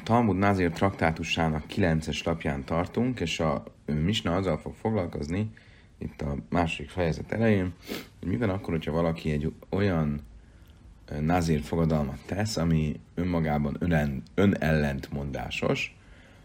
Talmud Názir traktátusának 9-es lapján tartunk, és a Misna azzal fog foglalkozni, itt a második fejezet elején, hogy mi van akkor, hogyha valaki egy olyan Názir fogadalmat tesz, ami önmagában önellentmondásos,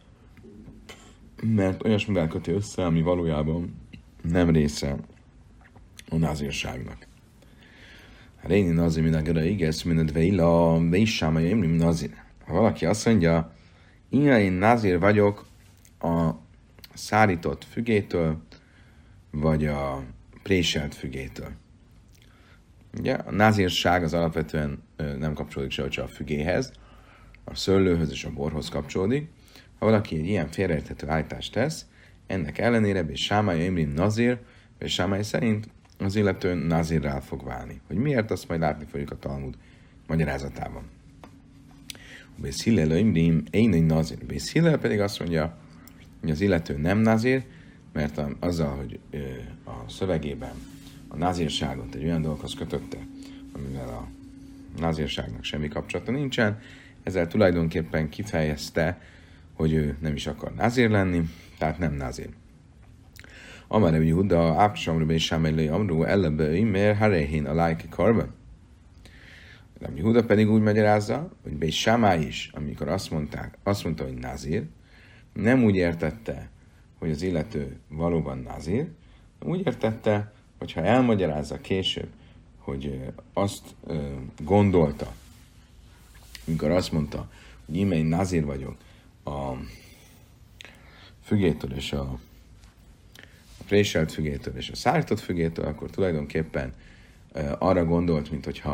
mert olyasmivel köti össze, ami valójában nem része a názírságnak. Réni Nazir minagera igaz, minad veila, veissáma jöjjön, Nazir. Ha valaki azt mondja, én názír vagyok a szárított fügétől, vagy a préselt fügétől. Ugye, a názírság az alapvetően nem kapcsolódik sehogy a fügéhez, a szőlőhöz és a borhoz kapcsolódik. Ha valaki egy ilyen félreérthető állítást tesz, ennek ellenére Bésámája Imrim Nazir, Bésámája szerint az illető názírrá fog válni. Hogy miért, azt majd látni fogjuk a Talmud magyarázatában. Bész Hillel Imrim Énei Nazir. Bész Hillel pedig azt mondja, hogy az illető nem názír, mert azzal, hogy a szövegében a názírságot egy olyan dologhoz kötötte, amivel a názírságnak semmi kapcsolata nincsen, ezzel tulajdonképpen kifejezte, hogy ő nem is akar názír lenni, tehát nem názír. Amar Rabbi Yehuda, Ápsamru Bésámely Amru Ellebe Imer Harehin a lájki karba. Rabbi Yehuda pedig úgy magyarázza, hogy Bésámály is, amikor azt mondta, hogy názír, nem úgy értette, hogy az illető valóban názír, úgy értette, hogy ha elmagyarázza később, hogy azt gondolta, amikor azt mondta, hogy íme én názír vagyok a fügétől és a préselt fügétől és a szárított fügétől, akkor tulajdonképpen arra gondolt,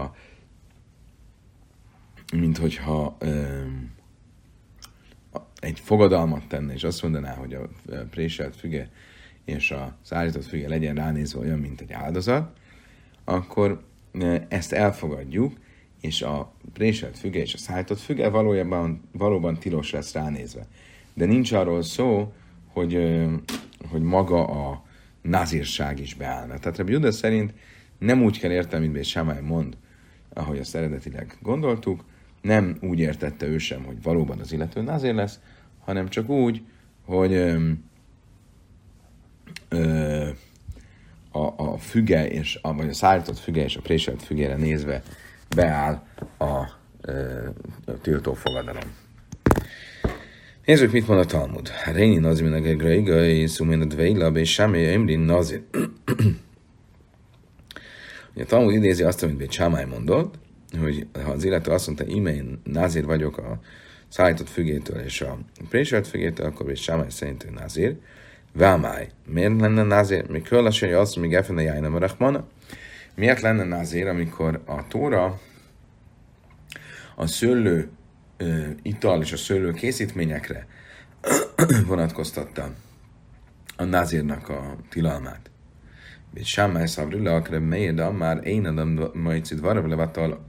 minthogyha egy fogadalmat tenne, és azt mondaná, hogy a préselt füge és a szárított füge legyen ránézve olyan, mint egy áldozat, akkor ezt elfogadjuk, és a préselt füge és a szárított füge valóban tilos lesz ránézve. De nincs arról szó, hogy maga a názírság is beállna. Tehát Rabbi Yehuda szerint nem úgy kell értelni, mint Bésámály mond, ahogy azt eredetileg gondoltuk, nem úgy értette ő sem, hogy valóban az illető názír lesz, hanem csak úgy, hogy a füge, vagy a szárított füge és a préselt fügére nézve beáll a tiltó fogadalom. Nézzük, mit mond a Talmud. Réni Nazir minagegre igai, szuménad veila, Bésámály Imrin Nazir. A Talmud idézi azt, amit Bésámály mondott, hogy ha az illető azt mondta, íme én názír vagyok a szállított fügétől és a préselt fügétől, akkor Bésámály szerint ő názír. Vámály. Miért lenne názír? Még különösen, hogy azt, hogy még elfene jájnam a rachmana. Miért lenne názír, amikor a Tóra a szőlő ital és a szőlő készítményekre vonatkoztatta a názírnak a tilalmát? Bésámály szabrilla, akre melyed már én adom majcid varavlevatala.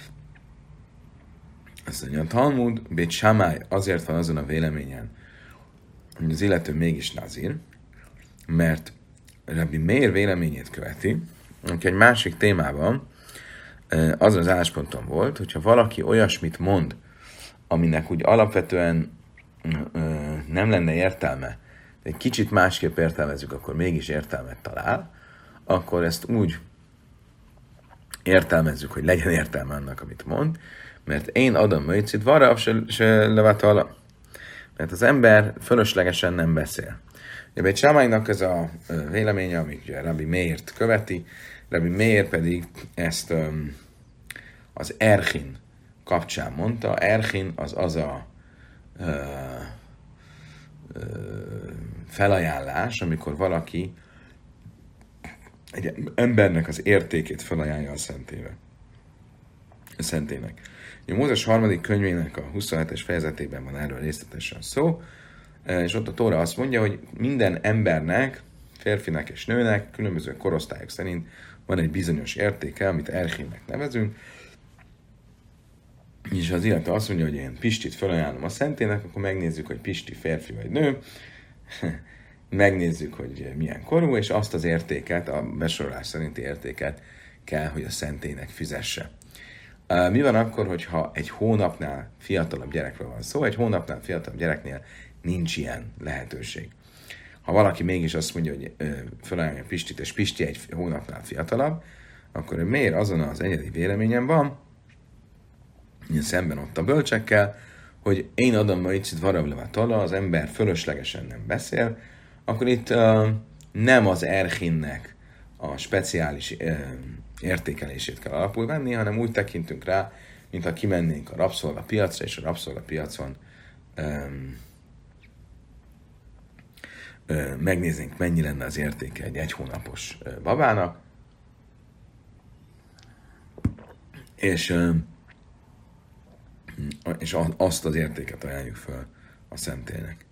Azt mondja, a Talmud, Bésámály azért van azon a véleményen, hogy az illető mégis názír, mert Rabbi Meir véleményét követi, aki egy másik témában azon az állásponton volt, hogyha valaki olyasmit mond, aminek úgy alapvetően nem lenne értelme, de egy kicsit másképp értelmezzük, akkor mégis értelmet talál, akkor ezt úgy értelmezzük, hogy legyen értelme annak, amit mond, mert én adom möjcit, varav se levatala. Mert az ember fölöslegesen nem beszél. Ugye Bésámálynak ez a véleménye, amit ugye Rabbi Meirt követi, Rabbi Meir pedig ezt az erchin kapcsán mondta. Erchin az a felajánlás, amikor valaki egy embernek az értékét felajánlja a szentének. A Mózes 3. könyvének a 27-es fejezetében van erről részletesen szó, és ott a Tóra azt mondja, hogy minden embernek, férfinek és nőnek, különböző korosztályok szerint van egy bizonyos értéke, amit erchinnek nevezünk, és az illető azt mondja, hogy én Pistit felajánlom a szentének, akkor megnézzük, hogy Pisti férfi vagy nő, megnézzük, hogy milyen korú, és azt az értéket, a besorolás szerinti értéket kell, hogy a szentének fizesse. Mi van akkor, hogyha egy hónapnál fiatalabb gyerekről van szó? Egy hónapnál fiatalabb gyereknél nincs ilyen lehetőség. Ha valaki mégis azt mondja, hogy felállja Pistit, és Pisti egy hónapnál fiatalabb, akkor miért azon az egyedi véleményem van, szemben ott a bölcsekkel, hogy én adom ma itt varavlevatala, az ember fölöslegesen nem beszél, akkor itt nem az erhinnek a speciális értékelését kell alapul venni, hanem úgy tekintünk rá, mintha kimennénk a rabszolgapiacra, és a rabszolgapiacon megnéznénk, mennyi lenne az értéke egy hónapos babának, és azt az értéket ajánljuk fel a szentélnek.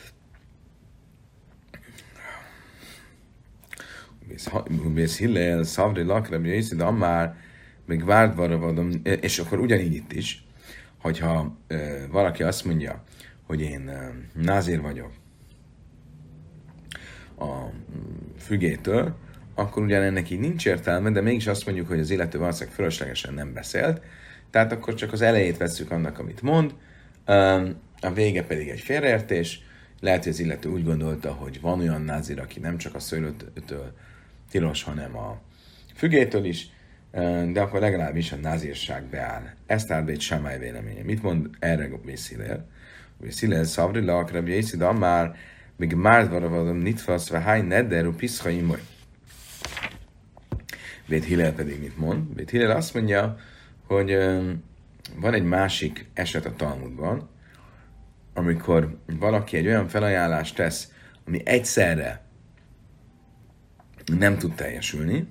Bész Hillel, Szavri Lakrab, Jöjszid, Ammár, még Várdvarra vadom, és akkor ugyanígy itt is, hogyha valaki azt mondja, hogy én názér vagyok a fügétől, akkor ugyan ennek így nincs értelme, de mégis azt mondjuk, hogy az illető valószínűleg fölöslegesen nem beszélt, tehát akkor csak az elejét vesszük annak, amit mond, a vége pedig egy félreértés. Lehet, hogy az illető úgy gondolta, hogy van olyan názir, aki nem csak a szőlőtől tilos, hanem a fügétől is, de akkor legalábbis a názírság beáll. Ezt áll Bét Sámály véleménye. Mit mond erre Bész Hillel? Bész Hillel, Szavri Lakra, Bészid, Ammár, még Márdvara vadom, Nitfasz, Váhány, Nedderu, Piszkai, Moly. Bét Hillel pedig mit mond? Bét Hillel azt mondja, hogy van egy másik eset a Talmudban, amikor valaki egy olyan felajánlást tesz, ami egyszerre nem tud teljesülni.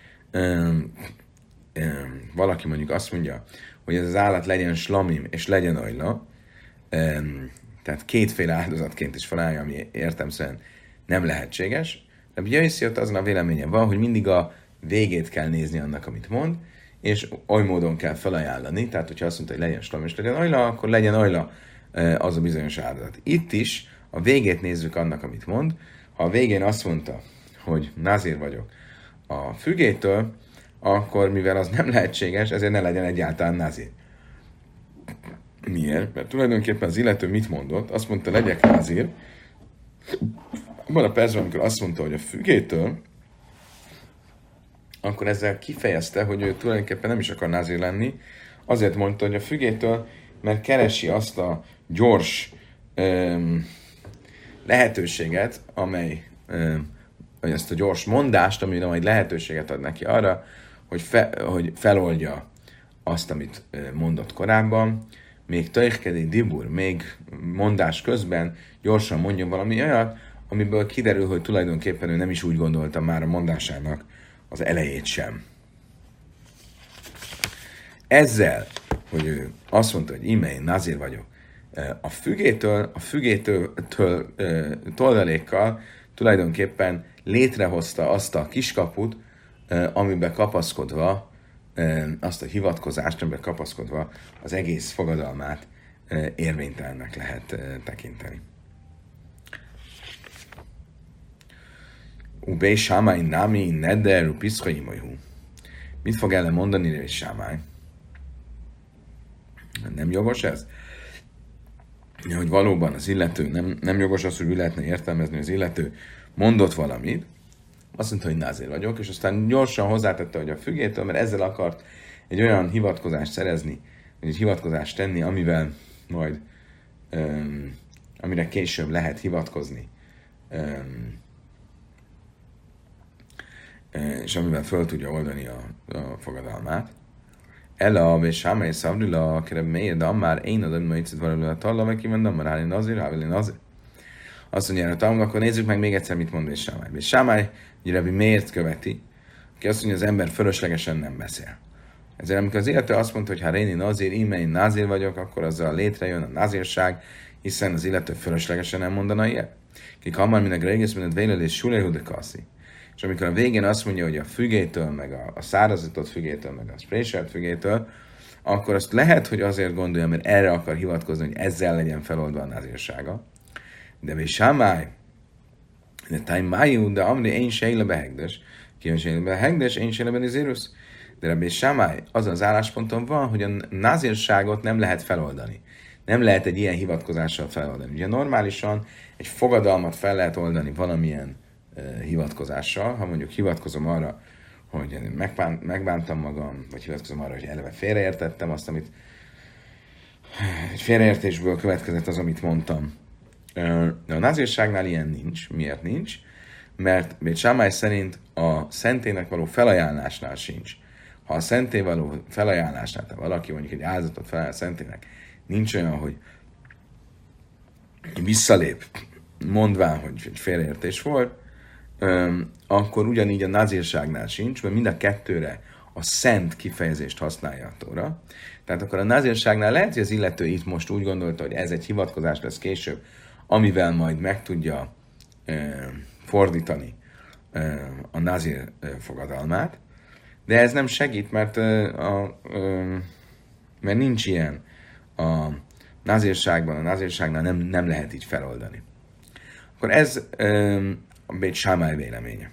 Valaki mondjuk azt mondja, hogy ez az állat legyen slamim és legyen ajla, tehát kétféle áldozatként is felajánlja, ami értelemszerűen nem lehetséges. De Jöjszi ott azon a véleménye van, hogy mindig a végét kell nézni annak, amit mond, és oly módon kell felajánlani, tehát hogyha azt mondta, hogy legyen slamim és legyen ajla, akkor legyen ajla az a bizonyos áldozat. Itt is a végét nézzük annak, amit mond. Ha a végén azt mondta, hogy názír vagyok a fügétől, akkor mivel az nem lehetséges, ezért ne legyen egyáltalán názír. Miért? Mert tulajdonképpen az illető mit mondott? Azt mondta, legyek názír. Abban a percben, amikor azt mondta, hogy a fügétől, akkor ezzel kifejezte, hogy ő tulajdonképpen nem is akar názír lenni. Azért mondta, hogy a fügétől, mert keresi azt a gyors lehetőséget, vagy ezt a gyors mondást, ami majd lehetőséget ad neki arra, hogy feloldja azt, amit mondott korábban, még tajkedi dibur, még mondás közben gyorsan mondjon valami olyat, amiből kiderül, hogy tulajdonképpen ő nem is úgy gondolta már a mondásának az elejét sem. Ezzel, hogy ő azt mondta, hogy íme, én nazír vagyok, a fügétől toldalékkal tulajdonképpen létrehozta azt a kiskaput, amiben kapaszkodva, azt a hivatkozást, amiben kapaszkodva az egész fogadalmát érvénytelennek lehet tekinteni. Ubé Sámály Nami Neder Piszkai Majhú. Mit fog ellen mondani, Ré Sámály? Nem jogos ez? Hogy valóban az illető, nem jogos az, hogy úgy lehetne értelmezni, az illető mondott valamit, azt mondta, hogy názír vagyok, és aztán gyorsan hozzátette, hogy a fügétől, mert ezzel akart egy olyan hivatkozást szerezni, vagy egy hivatkozást tenni, amivel majd, amire később lehet hivatkozni, és amivel föl tudja oldani a fogadalmát. Ela, és Sámály Szabrila, kerebb mélyed, de már én adom, hogy itt valami a talla, meg kivendem, már állni nazír, állni nazír. Azt mondja, hogy akkor nézzük meg még egyszer, mit mond és Sámály. És Sámály, hogy Rebbi miért követi, aki azt mondja, az ember fölöslegesen nem beszél. Ezért amikor az illető azt mondta, hogy ha én nazír, íme én názír vagyok, akkor azzal létrejön a názírság, hiszen az illető fölöslegesen nem mondana ilyet. Kik hamar mindenki régész, mindent vélelés, suléhu de kaszi. És amikor a végén azt mondja, hogy a fügétől, meg a szárazított fügétől, meg a spréselt fügétől, akkor azt lehet, hogy azért gondolja, mert erre akar hivatkozni, hogy ezzel legyen feloldva a názírsága. De mi Sámály, de tájmájú, de amri én sejle behegdes, kijön sejle behegdes, én sejle benizérus. De Rabbi Sámály azon az állásponton van, hogy a názírságot nem lehet feloldani. Nem lehet egy ilyen hivatkozással feloldani. Ugye normálisan egy fogadalmat fel lehet oldani valamilyen hivatkozással, ha mondjuk hivatkozom arra, hogy megbántam magam, vagy hivatkozom arra, hogy eleve félreértettem azt, amit egy félreértésből következett az, amit mondtam. De a názírságnál ilyen nincs. Miért nincs? Mert Bét Sámály szerint a szentének való felajánlásnál sincs. Ha a szenté való felajánlásnál, tehát valaki mondjuk egy áldozatot felajánl a szentének, nincs olyan, hogy visszalép, mondván, hogy egy félreértés volt, akkor ugyanígy a názírságnál sincs, mert mind a kettőre a szent kifejezést használja a Tóra. Tehát akkor a názírságnál lehet, hogy az illető itt most úgy gondolta, hogy ez egy hivatkozás lesz később, amivel majd meg tudja fordítani a názír fogadalmát, de ez nem segít, mert nincs ilyen a názírságban, a názírságnál nem lehet így feloldani. Akkor ez a Bét Sámály véleménye.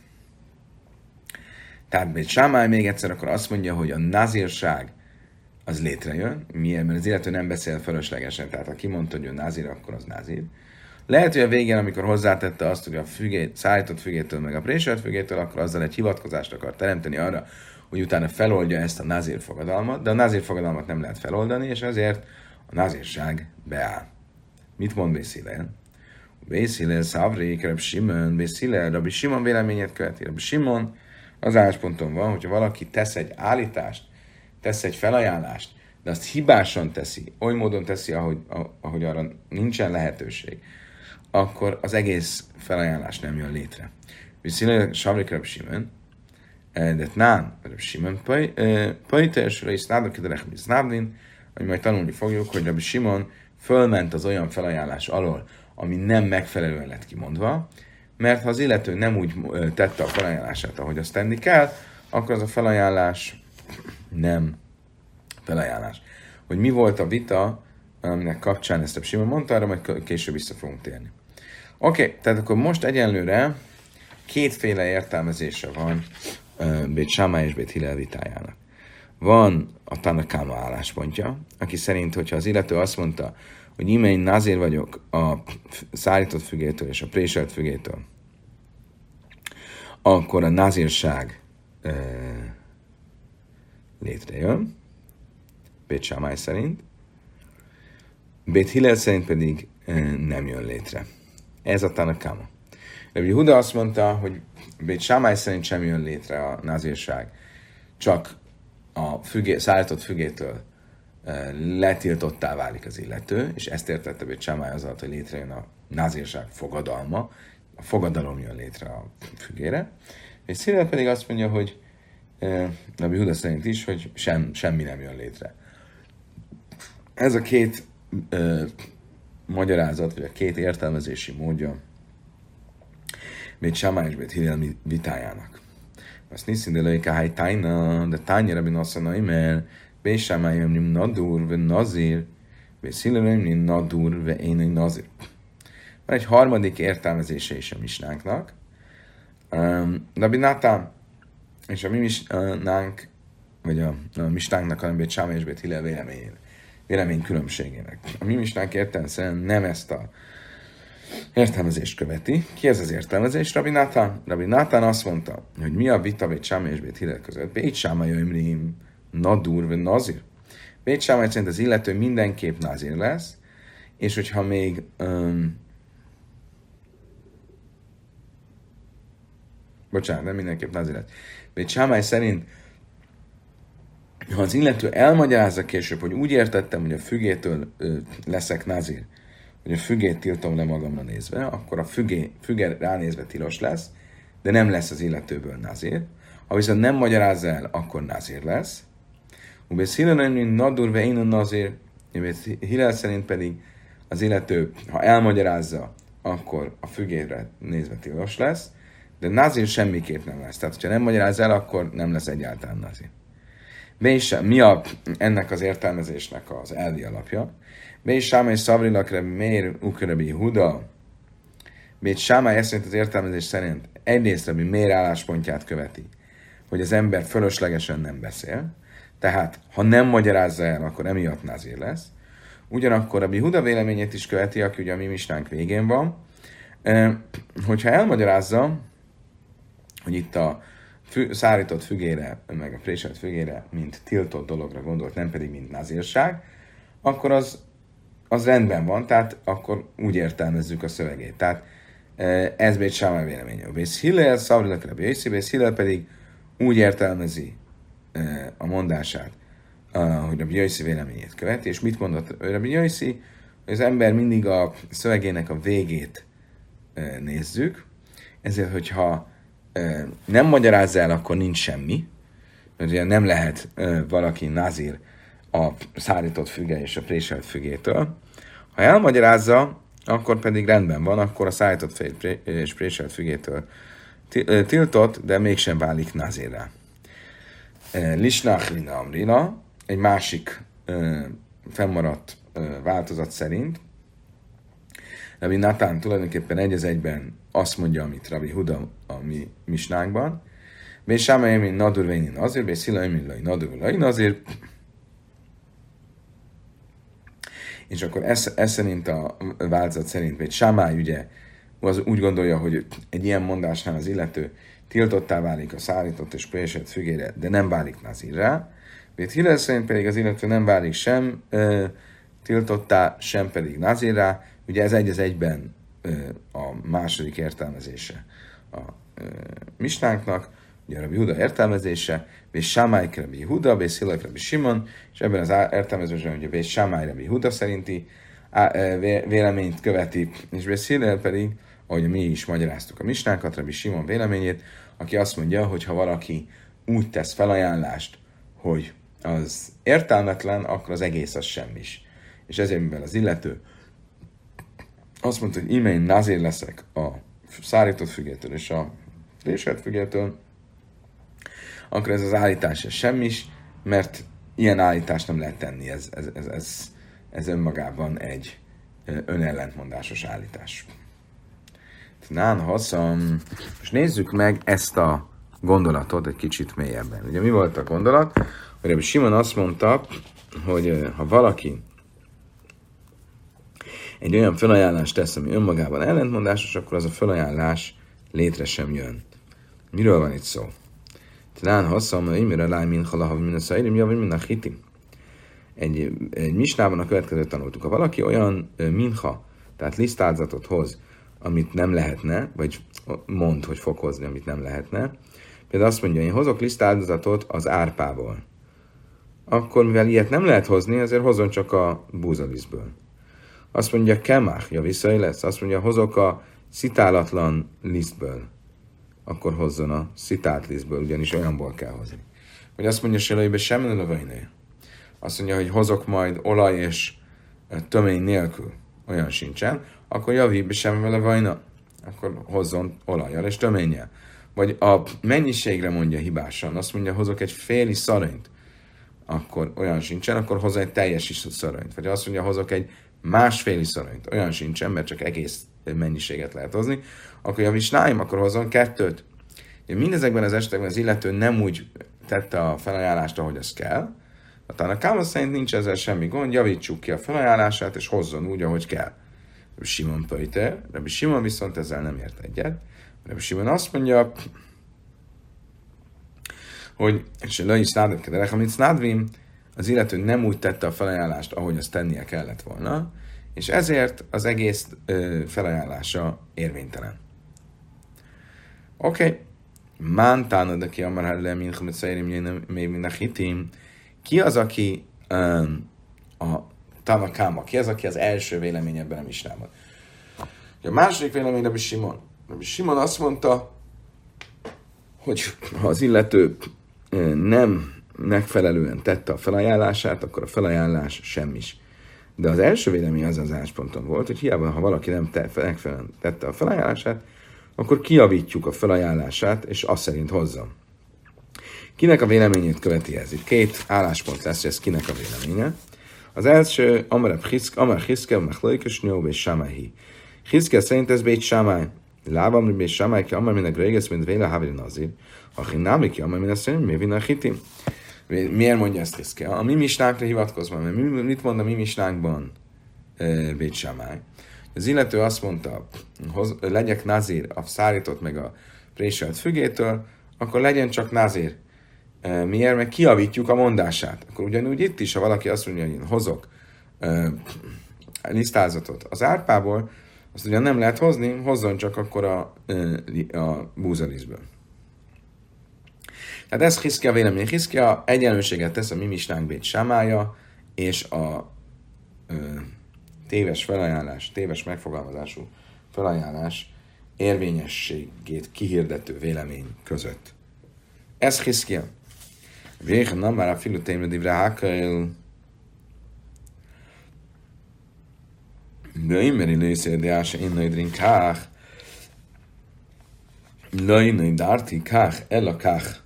Tehát Bét Sámály még egyszer akkor azt mondja, hogy a názírság az létrejön. Miért? Mert az illető nem beszél fölöslegesen, tehát ha kimondta, hogy ő názír, akkor az názír. Lehet, hogy a végén, amikor hozzátette azt, hogy a szállított fügétől meg a préselt fügétől, akkor azzal egy hivatkozást akar teremteni arra, hogy utána feloldja ezt a názír fogadalmat, de a názír fogadalmat nem lehet feloldani, és ezért a názírság beáll. Mit mond Bész Hillel? Bész Hillel, Szavrék, Rabbi Simon, Bész Hillel, Rabbi Simon véleményét követi. Rabbi Simon az állásponton van, hogyha valaki tesz egy állítást, tesz egy felajánlást, de azt hibásan teszi, oly módon teszi, ahogy arra nincsen lehetőség, akkor az egész felajánlás nem jön létre. Viszont Savrik Rabbi Simon, de Tnán Rabbi Simon, Pajtersre is Nádor Kiderech Biznávdin, hogy majd tanulni fogjuk, hogy Rabbi Simon fölment az olyan felajánlás alól, ami nem megfelelően lett kimondva, mert ha az illető nem úgy tette a felajánlását, ahogy azt tenni kell, akkor az a felajánlás nem felajánlás. Hogy mi volt a vita, aminek kapcsán ezt a Simon mondta, arra majd később vissza fogunk térni. Oké, tehát akkor most egyenlőre kétféle értelmezése van Bét Sámály és Bét Hillel vitájának. Van a Tanakáma álláspontja, aki szerint, hogyha az illető azt mondta, hogy íme én názír vagyok a szállított fügétől és a préselt fügétől, akkor a názírság létrejön, Bét Sámály szerint, Bét Hillel szerint pedig nem jön létre. Ez a Tanakáma. Rabbi Huda azt mondta, hogy Bét Sámály szerint sem jön létre a názírság, csak a szállított fügétől letiltottá válik az illető, és ezt értette Bét Sámály azzal, hogy létrejön a názírság fogadalma, a fogadalom jön létre a fügére, és Hillel pedig azt mondja, hogy Rabbi Huda szerint is, hogy semmi nem jön létre. Ez a két magyarázat, vagy a két értelmezési módja Bét Sámály és Bét Hillel vitájának. Azt niszin de lejka háj tájna, de tányja Rabbi Nasszanai, mert Bét Sámály emnim nadur, ve nazír, Bét Hillel emnim nadur, ve én egy nazír. Van egy harmadik értelmezése is a misnánknak. Rabbi Nátán és a mi misnánk, vagy a misnánknak, hanem Bét Sámály és Bét Hillel vélemény különbségének. A mi misnánk értelmesen nem ezt a értelmezést követi. Ki ez az értelmezés? Rabbi Nátán. Rabbi Nátán azt mondta, hogy mi a vita Bét Sámály és Bét Hillel között. Bét Sámály ömrim nadur ve nazír. Bét Sámály szerint az illető mindenképp nazír lesz, és hogyha még bocsánat, nem mindenképp nazír lesz. Bét Sámály szerint ha az illető elmagyarázza később, hogy úgy értettem, hogy a fügétől leszek nazír, hogy a fügét tiltom le magamra nézve, akkor a füge ránézve tilos lesz, de nem lesz az illetőből nazír. Ha viszont nem magyarázza el, akkor nazír lesz. Ubész Hillel nadur ve én a nazír, Hillel szerint pedig az illető, ha elmagyarázza, akkor a fügére nézve tilos lesz, de nazír semmiképp nem lesz. Tehát, ha nem magyarázza el, akkor nem lesz egyáltalán nazír. Mi ennek az értelmezésnek az elvi alapja? Bét Sámály Szavrilak Rebbi Meir Ukrebi Huda. Bét Sámály szerint az értelmezés szerint egyrészt Rebbi Meir álláspontját követi, hogy az ember fölöslegesen nem beszél, tehát ha nem magyarázza el, akkor emiatt nazír lesz. Ugyanakkor a Huda véleményét is követi, aki ugye a mi misnánk végén van, hogyha elmagyarázza, hogy itt a szárított fügére, meg a préselt fügére, mint tiltott dologra gondolt, nem pedig mint nazírság, akkor az rendben van, tehát akkor úgy értelmezzük a szövegét. Tehát ez Bét Sámai véleménye. Bész Hillel, Szavrilek Rabbi Yossi, Bész Hillel pedig úgy értelmezi a mondását, hogy Rabbi Yossi véleményét követi, és mit mondott Rabbi Yossi, hogy az ember mindig a szövegének a végét nézzük, ezért, hogyha nem magyarázza el, akkor nincs semmi, mert ugye nem lehet valaki nazír a szárított füge és a préselt fügétől. Ha elmagyarázza, akkor pedig rendben van, akkor a szárított és préselt fügétől tiltott, de mégsem válik nazírrá. Lisnach lina amrila, egy másik fennmaradt változat szerint, Rabbi Natán tulajdonképpen egy az egyben azt mondja, amit Rabbi Huda a mi misnánkban, Bész Sámai min nadur véni nazir, Bész Hillel min lai nadur lai nazir, és akkor ez szerint a változat szerint Bész Sámai ugye az úgy gondolja, hogy egy ilyen mondásnál az illető tiltottá válik a szárított és préselt fügére, de nem válik nazírrá. Bész Hillel szerint pedig az illető nem válik sem tiltottá, sem pedig nazírrá. Ugye ez egy az egyben a második értelmezése a misnánknak, ugye a Rabbi Huda értelmezése, Bész Sámai Rabbi Huda, Bész Hillel Rabbi Simon, és ebben az értelmezésben ugye Bész Sámai Rabbi Huda szerinti véleményt követi, és Bész Hillel pedig, ahogy mi is magyaráztuk a misnánkat, Rabbi Simon véleményét, aki azt mondja, hogy ha valaki úgy tesz felajánlást, hogy az értelmetlen, akkor az egész az semmis. És ezért, mivel az illető azt mondta, hogy én nazír leszek a szárított fügétől és a préselt fügétől, akkor ez az állítás ez semmis, mert ilyen állítást nem lehet tenni. Ez önmagában egy önellentmondásos állítás. Nán haszam. Most nézzük meg ezt a gondolatot egy kicsit mélyebben. Ugye mi volt a gondolat? Hogy Rabbi Simon azt mondta, hogy ha valaki egy olyan felajánlást tesz, ami önmagában ellentmondásos, akkor az a felajánlás létre sem jön. Miről van itt szó? Talán haszam, hogy imire láj min halahav min a szairim, javin min a hitim. Egy misnában a következőt tanultuk. Ha valaki olyan minha, tehát lisztáldozatot hoz, amit nem lehetne, vagy mond, hogy fog hozni, amit nem lehetne, például azt mondja, én hozok lisztáldozatot az árpából. Akkor, mivel ilyet nem lehet hozni, azért hozzon csak a búzalisztből. Azt mondja, kemach, javiszai lesz. Azt mondja, hozok a szitálatlan lisztből. Akkor hozzon a szitált lisztből, ugyanis olyanból kell hozni. Vagy azt mondja, selőjébe semmi lövejné. Azt mondja, hogy hozok majd olaj és tömény nélkül. Olyan sincsen. Akkor javíbe semmi lövejna. Akkor hozzon olajjal és töménnyel. Vagy a mennyiségre mondja hibásan. Azt mondja, hozok egy féli szaranyt. Akkor olyan sincsen. Akkor hozzon egy teljes szaranyt. Vagy azt mondja, hozok egy másféli szaranyt. Olyan sincsen, mert csak egész mennyiséget lehet hozni. Akkor javisnáim, akkor hozzon kettőt. Mindezekben az esetekben az illető nem úgy tette a felajánlást, ahogy az kell. A Káma szerint nincs ezzel semmi gond, javítsuk ki a felajánlását, és hozzon úgy, ahogy kell. Rabbi Simon pöjte, Rabbi Simon viszont ezzel nem ért egyet. Rabbi Simon azt mondja, hogy az illető nem úgy tette a felajánlást, ahogy azt tennie kellett volna, és ezért az egész felajánlása érvénytelen. Oké. Mántánod, de ki amar le minchamet szairim még minden hitim. Ki az, aki a Tanakáma? Ki az, aki az első vélemény ebben a misnában? A második vélemény Rabbi Simon. Rabbi Simon azt mondta, hogy ha az illető nem megfelelően tette a felajánlását, akkor a felajánlás semmis. De az első vélemény az állásponton volt, hogy hiába, ha valaki nem megfelelően tette a felajánlását, akkor kijavítjuk a felajánlását, és azt szerint hozzam. Kinek a véleményét követi ez? Itt két álláspont lesz, hogy ez kinek a véleménye. Az első, Amar Hiszke, Machlaikas Nyó, Bét Sámai. Hiszke szerint ez Bét Sámai. Lábam, Bét Sámály, ki amár minek régesz, mint véle haveri nazir. Ha námi ki amár minek szerint, mi vinna hitim. Miért mondja ezt Hiszkia? A mi misnánkra hivatkozva, mert mit mond a mi misnánkban Bét Sámály? Az illető azt mondta, legyek nazír a szárított meg a préselt fügétől, akkor legyen csak nazír. Miért? Mert kiavítjuk a mondását. Akkor ugyanúgy itt is, ha valaki azt mondja, hogy én hozok lisztázatot az árpából, azt ugyan nem lehet hozni, hozzon csak akkor a búzalisztből. Tehát ez Hiszkia vélemény. Hiszkia egyenlőséget tesz a mi misnánk Bét Sámája és a téves felajánlás, téves megfogalmazású felajánlás érvényességét kihirdető vélemény között. Ez Hiszkia. Végül nem már a filutémre divre hákail. Lőimeri lőszérdiása innai drinkách. Lőimeri dárti kách, ella kách.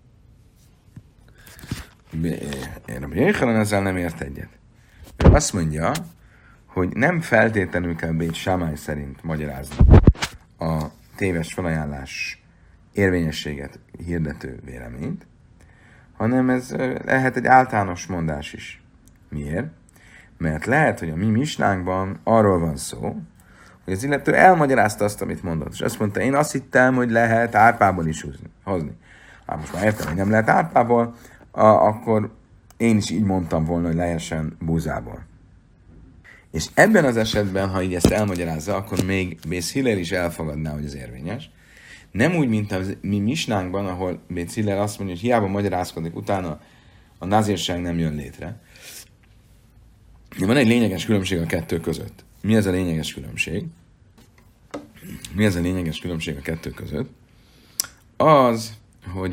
Végül ezzel nem ért egyet. Ő azt mondja, hogy nem feltétlenül kell Bét Sámály szerint magyarázni a téves felajánlás érvényességet hirdető véleményt, hanem ez lehet egy általános mondás is. Miért? Mert lehet, hogy a mi misnánkban arról van szó, hogy az illető elmagyarázta azt, amit mondott, és azt mondta, én azt hittem, hogy lehet árpából is hozni. Hát most már értem, hogy nem lehet árpából, akkor én is így mondtam volna, hogy lehessen búzából. És ebben az esetben, ha így ezt elmagyarázza, akkor még Bész Hillel is elfogadná, hogy ez érvényes. Nem úgy, mint a mi misnánkban, ahol Bész Hillel azt mondja, hogy hiába magyarázkodik, utána a nazírság nem jön létre. De van egy lényeges különbség a kettő között. Mi ez a lényeges különbség? Mi ez a lényeges különbség a kettő között? Az, hogy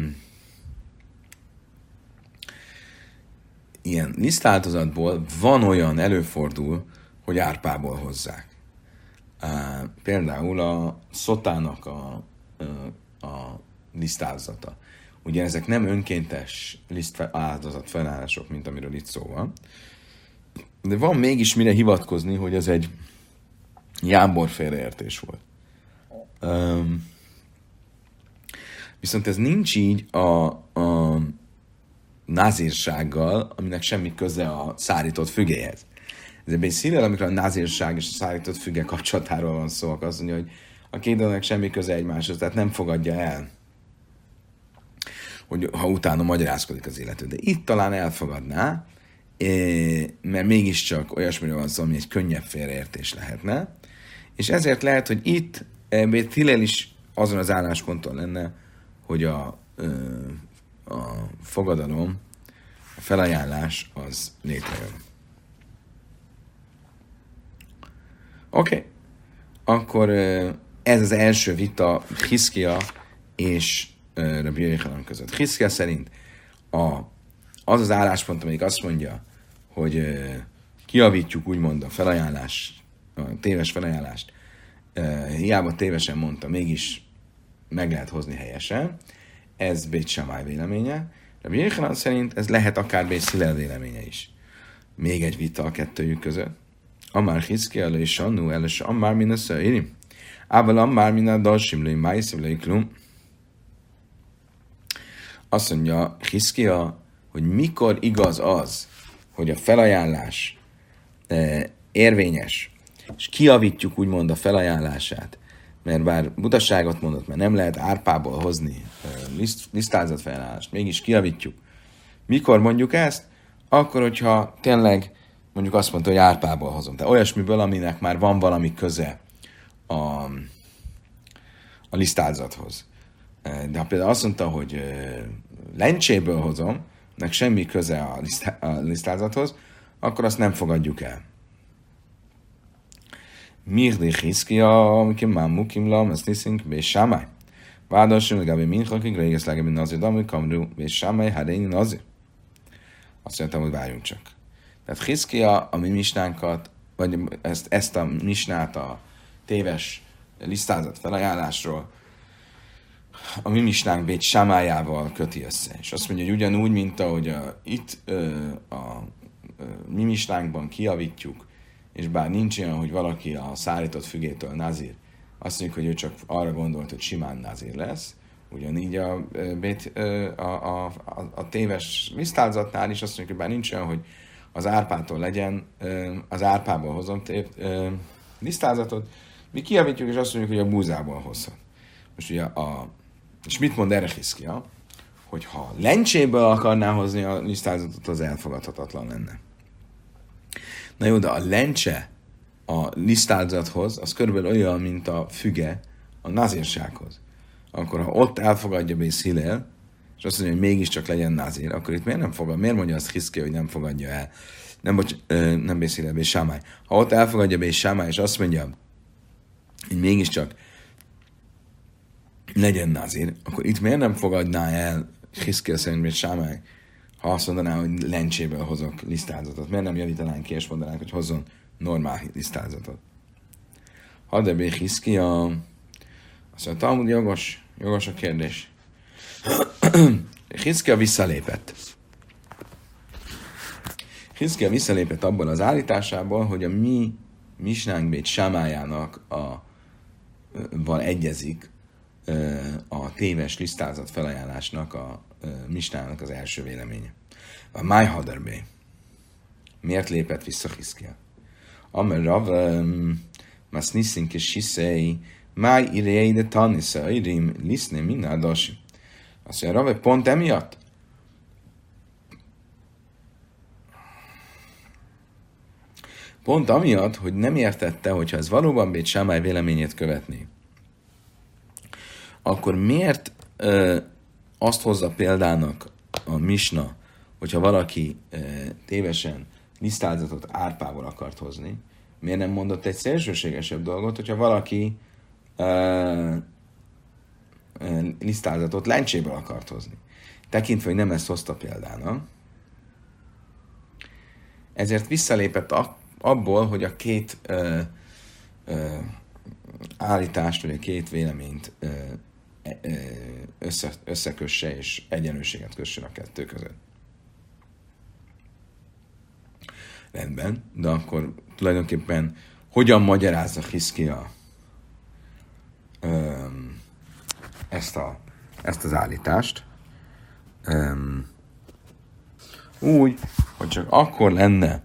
ilyen lisztáltozatból van olyan előfordul, hogy árpából hozzák. Például a szotának a lisztáltozata. Ugye ezek nem önkéntes lisztáldozat felállások, mint amiről itt szó van. De van mégis mire hivatkozni, hogy ez egy jámbor félreértés volt. Viszont ez nincs így a názírsággal, aminek semmi köze a szárított fügéhez. Ez egy szível, amikor a názírság és a szárított füge kapcsolatáról van szó, akkor azt mondja, hogy a két dolognak semmi köze egymáshoz, tehát nem fogadja el, hogy ha utána magyarázkodik az illető. De itt talán elfogadná, mert mégiscsak olyasmiről van szó, ami egy könnyebb félreértés lehetne, és ezért lehet, hogy itt Bét Hillel is azon az állásponton lenne, hogy a fogadalom, a felajánlás az létrejön. Oké. Akkor ez az első vita Hiszkia és Rabbi Yochanan között. Hiszkia szerint az az álláspont, amelyik azt mondja, hogy kiavítjuk úgymond a felajánlás, a téves felajánlást, hiába tévesen mondta, mégis meg lehet hozni helyesen. Ez Bét Sámály véleménye. Rabbi Yochanan szerint ez lehet akár Bét Hillel véleménye is. Még egy vita a kettőjük között. Amár Hiszkia elő és Sannu elő és Amár min a szöjri. Ábel Amár min a dalsim lői májszim lői klum. Azt mondja Hiszkia, hogy mikor igaz az, hogy a felajánlás érvényes, és kiavítjuk úgymond a felajánlását, mert bár butaságot mondott, mert nem lehet árpából hozni lisztázat felajánlást, mégis kiavítjuk. Mikor mondjuk ezt? Akkor, hogyha tényleg mondjuk azt mondta, hogy árpából hozom. Tehát olyasmiből, aminek már van valami köze a lisztázathoz. De ha például azt mondta, hogy lencséből hozom, nek semmi köze a lisztázathoz, akkor azt nem fogadjuk el. Mirdi Hiszkia, amikim már mukimlam, ezt niszünk, Bét Sámály. Vádasim, legalább minchakig, réges legalább nazir, damik, kamru, Bét Sámály, haréni nazir. Azt mondtam, hogy várjunk csak. Tehát Hiszkia a mi misnánkat, vagy ezt a misnát a téves lisztázat felajánlásról a mi misnánk Bét Sámályával köti össze. És azt mondja, hogy ugyanúgy, mint ahogy itt a mi misnánkban kiavítjuk, és bár nincs olyan, hogy valaki a szárított fügétől nazír, azt mondjuk, hogy ő csak arra gondolt, hogy simán nazír lesz. Ugyanígy a téves lisztázatnál is azt mondjuk, hogy bár nincs olyan, hogy az árpától legyen, az árpából hozom lisztázatot, mi kijavítjuk, és azt mondjuk, hogy a búzából hozhat. Most ugye és mit mond erre Hiszkia? Hogy ha lencséből akarná hozni a lisztázatot, az elfogadhatatlan lenne. Na jó, de a lencse a lisztázathoz, az körülbelül olyan, mint a füge a nazírsághoz. Akkor ha ott elfogadja Bész Hillel, és azt mondja, hogy mégiscsak legyen nazír, akkor itt miért nem fogad? Miért mondja azt Hiszkia, hogy nem fogadja el? Nem Bész Hillel, Bész Sámály. Ha ott elfogadja Bész Sámály, és azt mondja, hogy mégiscsak legyen nazír, akkor itt miért nem fogadná el Hiszkia szerint Bész Sámály, ha azt mondaná, hogy lencséből hozok lisztázatot? Miért nem javítanánk ki, és mondanánk, hogy hozzon normál lisztázatot? Ha de Bész Hiszkia, azt mondja, Talmud jogos a kérdés. Hiszkia visszalépett. Hiszkia visszalépett abból az állításából, hogy a mi Misnánk Bét Sámályának val egyezik a téves lisztázat felajánlásnak a Misnának az első véleménye. A Májhaderbé. Miért lépett vissza Hiszkia? Amer Rav Maszniszink és Siszei Máj irei de tanisza irim liszné minnádasi. Azt mondja, Rav, pont emiatt? Pont amiatt, hogy nem értette, hogyha ez valóban Bét Sámály véleményét követné, akkor miért azt hozza példának a Misna, hogyha valaki tévesen lisztázatot árpából akart hozni, miért nem mondott egy szélsőségesebb dolgot, hogyha valaki lisztázatot lencséből akart hozni. Tekintve, hogy nem ezt hozta példának, ezért visszalépett abból, hogy a két állítást, vagy a két véleményt összekösse, és egyenlőséget kössön a kettő között. Rendben, de akkor tulajdonképpen hogyan magyarázza Hiszkia ezt az állítást? Úgy, hogy csak akkor lenne,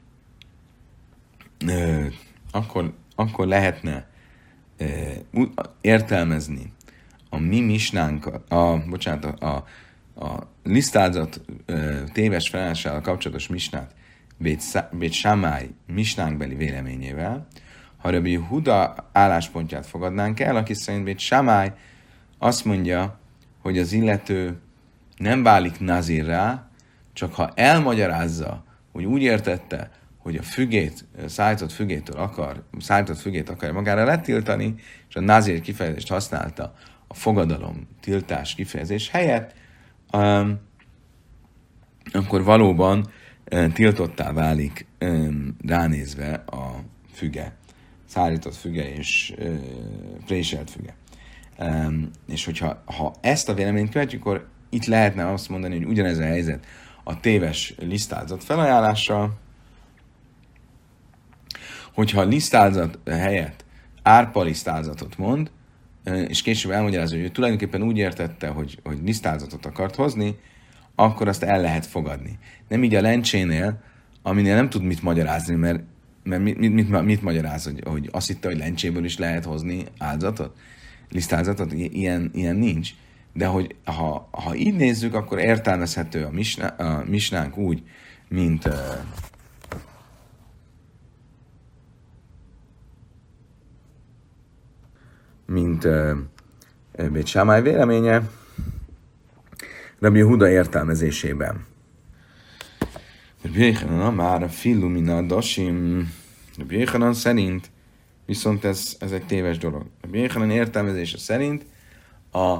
akkor lehetne értelmezni a mi misnánk, a lisztázat téves felállással kapcsolatos misnát Bét Sámály misnánkbeli véleményével, ha Rabbi Huda álláspontját fogadnánk el, aki szerint Bét Sámály azt mondja, hogy az illető nem válik nazírrá, csak ha elmagyarázza, hogy úgy értette, hogy a szállított fügét akarja magára letiltani, és a nazír kifejezést használta a fogadalom tiltás kifejezés helyett, akkor valóban tiltottá válik ránézve a füge, szállított füge és préselt füge. És ha ezt a véleményt követjük, akkor itt lehetne azt mondani, hogy ugyanez a helyzet a téves lisztázat felajánlással, hogyha a lisztázat helyett árpa lisztázatot mond, és később elmagyarázza, hogy ő tulajdonképpen úgy értette, hogy lisztázatot akart hozni, akkor azt el lehet fogadni. Nem így a lencsénél, aminél nem tud mit magyarázni, mert mit magyaráz, hogy azt hitte, hogy lencséből is lehet hozni lisztázatot, ilyen nincs. De hogy ha így nézzük, akkor értelmezhető a misnánk úgy, mint Bét Sámály véleménye, Rabbi Huda értelmezésében. Rabbi Jéhanan már a Filumina Dasim, Rabbi Jéhanan szerint, viszont ez egy téves dolog. Rabbi Jéhanan értelmezése szerint a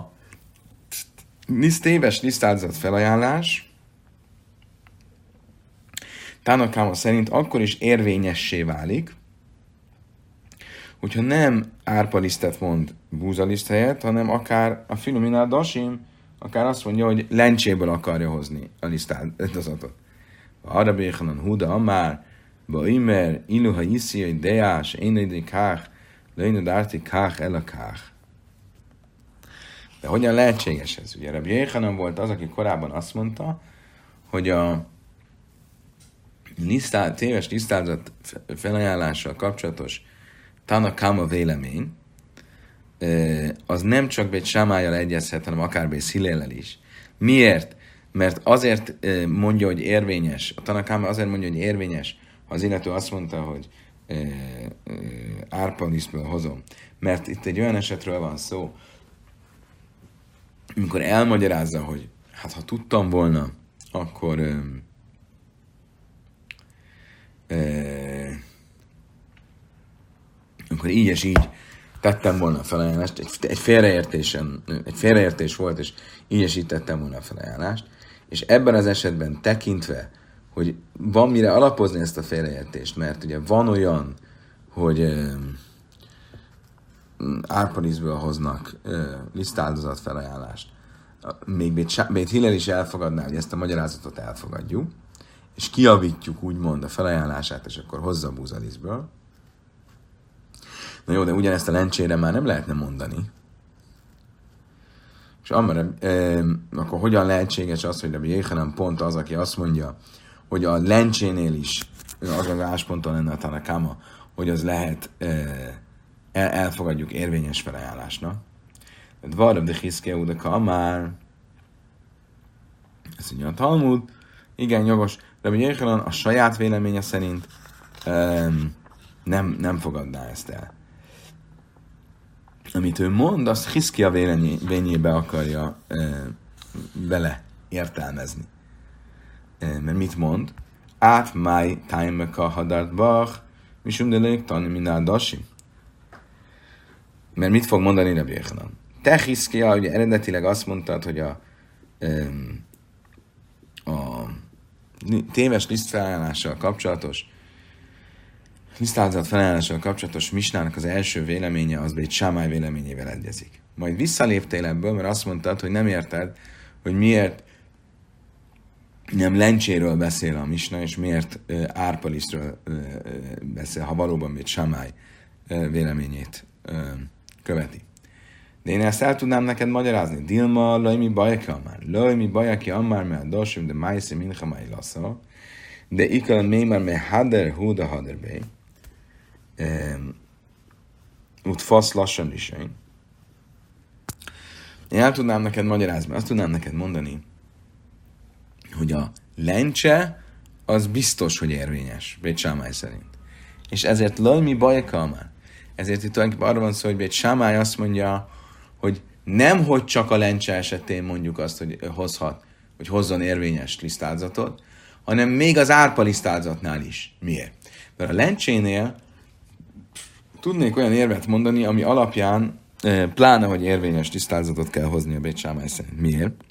téves lisztázat felajánlás Tánakáma szerint akkor is érvényessé válik, hogyha nem árpalisztet mond búzaliszt helyett, hanem akár a Filumina Dasim, akár azt mondja, hogy lencséből akarja hozni a lisztázatot. Arra Béhanan Huda, már Baimer, Iluha Iszi, Deás, Énedikách, Lőjnő dárti kách el a kách. De hogyan lehetséges ez? Ugye Rabbi Jéhanan volt az, aki korábban azt mondta, hogy a téves tisztázat felajánlással kapcsolatos Tana Kama vélemény, az nem csak Bét Sámályjal egyezhet, hanem akár Bét Hillellel is. Miért? Mert azért mondja, hogy érvényes, a Tana Kama azért mondja, hogy érvényes, ha az illető azt mondta, hogy árpalisztből hozom. Mert itt egy olyan esetről van szó, amikor elmagyarázza, hogy hát ha tudtam volna, akkor így és így tettem volna a felajánlást. Egy félreértés volt, és így és így tettem volna a felajánlást. És ebben az esetben tekintve, hogy van mire alapozni ezt a félreértést, mert ugye van olyan, hogy árpalizből hoznak lisztáldozat felajánlást. Még Bét Hillel is elfogadná, hogy ezt a magyarázatot elfogadjuk, és kiavítjuk úgymond a felajánlását, és akkor hozza a búzalisztből. Na jó, de ugyanezt a lencsére már nem lehetne mondani. És akkor hogyan lehetséges az, hogy Rabbi Jéhanan pont az, aki azt mondja, hogy a lencsénél is az az ásponton lenne a Tana Kama, hogy az lehet elfogadjuk érvényes felajánlásnak. Tehát Varab de Hiszkeu de Kamár, ez ugye a Talmud, igen, jogos, Rabbi Jéhanan a saját véleménye szerint nem fogadná ezt el. Amit ő mond, azt Hiszkia véleményébe akarja vele értelmezni. Mert mit mond? Át máj tájmeka hadart bach, misum de lők tanni minál dasi. Mert mit fog mondani Rabbi Jéhanan? Te Hiszkia, ugye eredetileg azt mondtad, hogy a téves lisztfelajánlással kapcsolatos lisztáldozat felajánlással kapcsolatos misnának az első véleménye az Bét Sámály véleményével egyezik. Majd visszaléptél ebből, mert azt mondtad, hogy nem érted, hogy miért nem lencséről beszél a misna, és miért árpalisztről beszél, ha valóban Bét Sámály véleményét követi. De én ezt el tudnám neked magyarázni. Dilma, lajmi bajaki amár. Lajmi bajaki amár, mert dosim, de májszi mincha máj lassza. De ikal mémar, mert hader húda hader bej. Út fasz lassan is én. Én el tudnám neked magyarázni, azt tudnám neked mondani, hogy a lencse az biztos, hogy érvényes, Bét Sámály szerint. És ezért lajmi bajaka már. Ezért itt tulajdonképpen arra van szó, hogy Bét Sámály azt mondja, hogy nem, hogy csak a lencse esetén mondjuk azt, hogy hozhat, hogy hozzon érvényes lisztáldozatot, hanem még az árpa lisztáldozatnál is. Miért? Mert a lencsénél tudnék olyan érvet mondani, ami alapján pláne, hogy érvényes lisztáldozatot kell hozni a Bét Sámály szerint. Miért?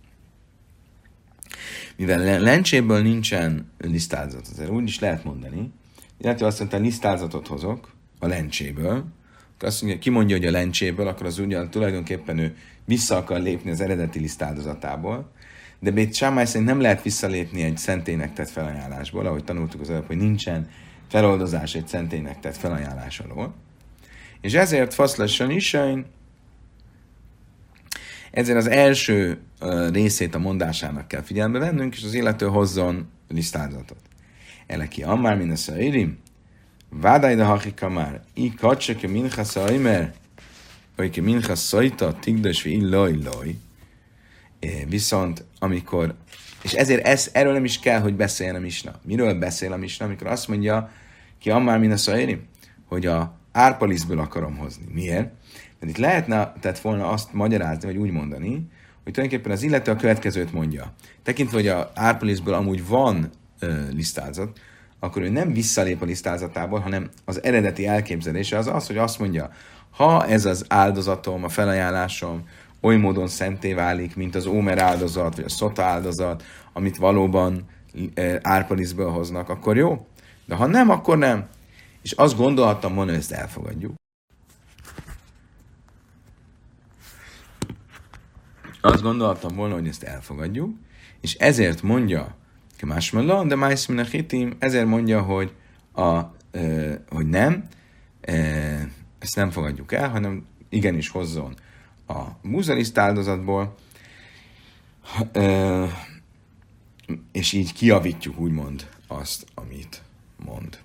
Mivel lencséből nincsen lisztáldozat, azért úgy is lehet mondani, illetve azt mondta, lisztáldozatot hozok a lencséből, akkor azt mondja, ki mondja, hogy a lencséből, akkor az ugyan tulajdonképpen ő vissza akar lépni az eredeti lisztáldozatából, de Bét Sámály szerint nem lehet visszalépni egy szentélynek tett felajánlásból, ahogy tanultuk az előbb, hogy nincsen feloldozás egy szentélynek tett felajánlás alól. És ezért faszlassan is, ezért az első részét a mondásának kell figyelembe vennünk, és az illető hozzon lisztáldozatot. Eleki ammár min a szairim, vádajda hachika már, i kacsake mincha szaimer, olyke mincha szajta, tigdasvi illaj. Viszont amikor, és ezért erről nem is kell, hogy beszéljen a misna. Miről beszél a misna, amikor azt mondja ki ammár min a szairim, hogy a árpalisztből akarom hozni. Miért? Mert itt lehetne tett volna azt magyarázni, vagy úgy mondani, hogy tulajdonképpen az illető a következőt mondja. Tekintve, hogy a árpalisztből amúgy van lisztázat, akkor ő nem visszalép a lisztázatából, hanem az eredeti elképzelése az, hogy azt mondja, ha ez az áldozatom, a felajánlásom oly módon szenté válik, mint az ómer áldozat, vagy a szota áldozat, amit valóban árpalisztből hoznak, akkor jó. De ha nem, akkor nem. És azt gondolhattam volna, hogy ezt elfogadjuk. Azt gondoltam volna, hogy ezt elfogadjuk, és ezért mondja, Kemásmelon, de Májszminechitim, ezért mondja, hogy nem, ezt nem fogadjuk el, hanem igenis hozzon a búzariszt áldozatból, és így kiavítjuk úgymond azt, amit mond.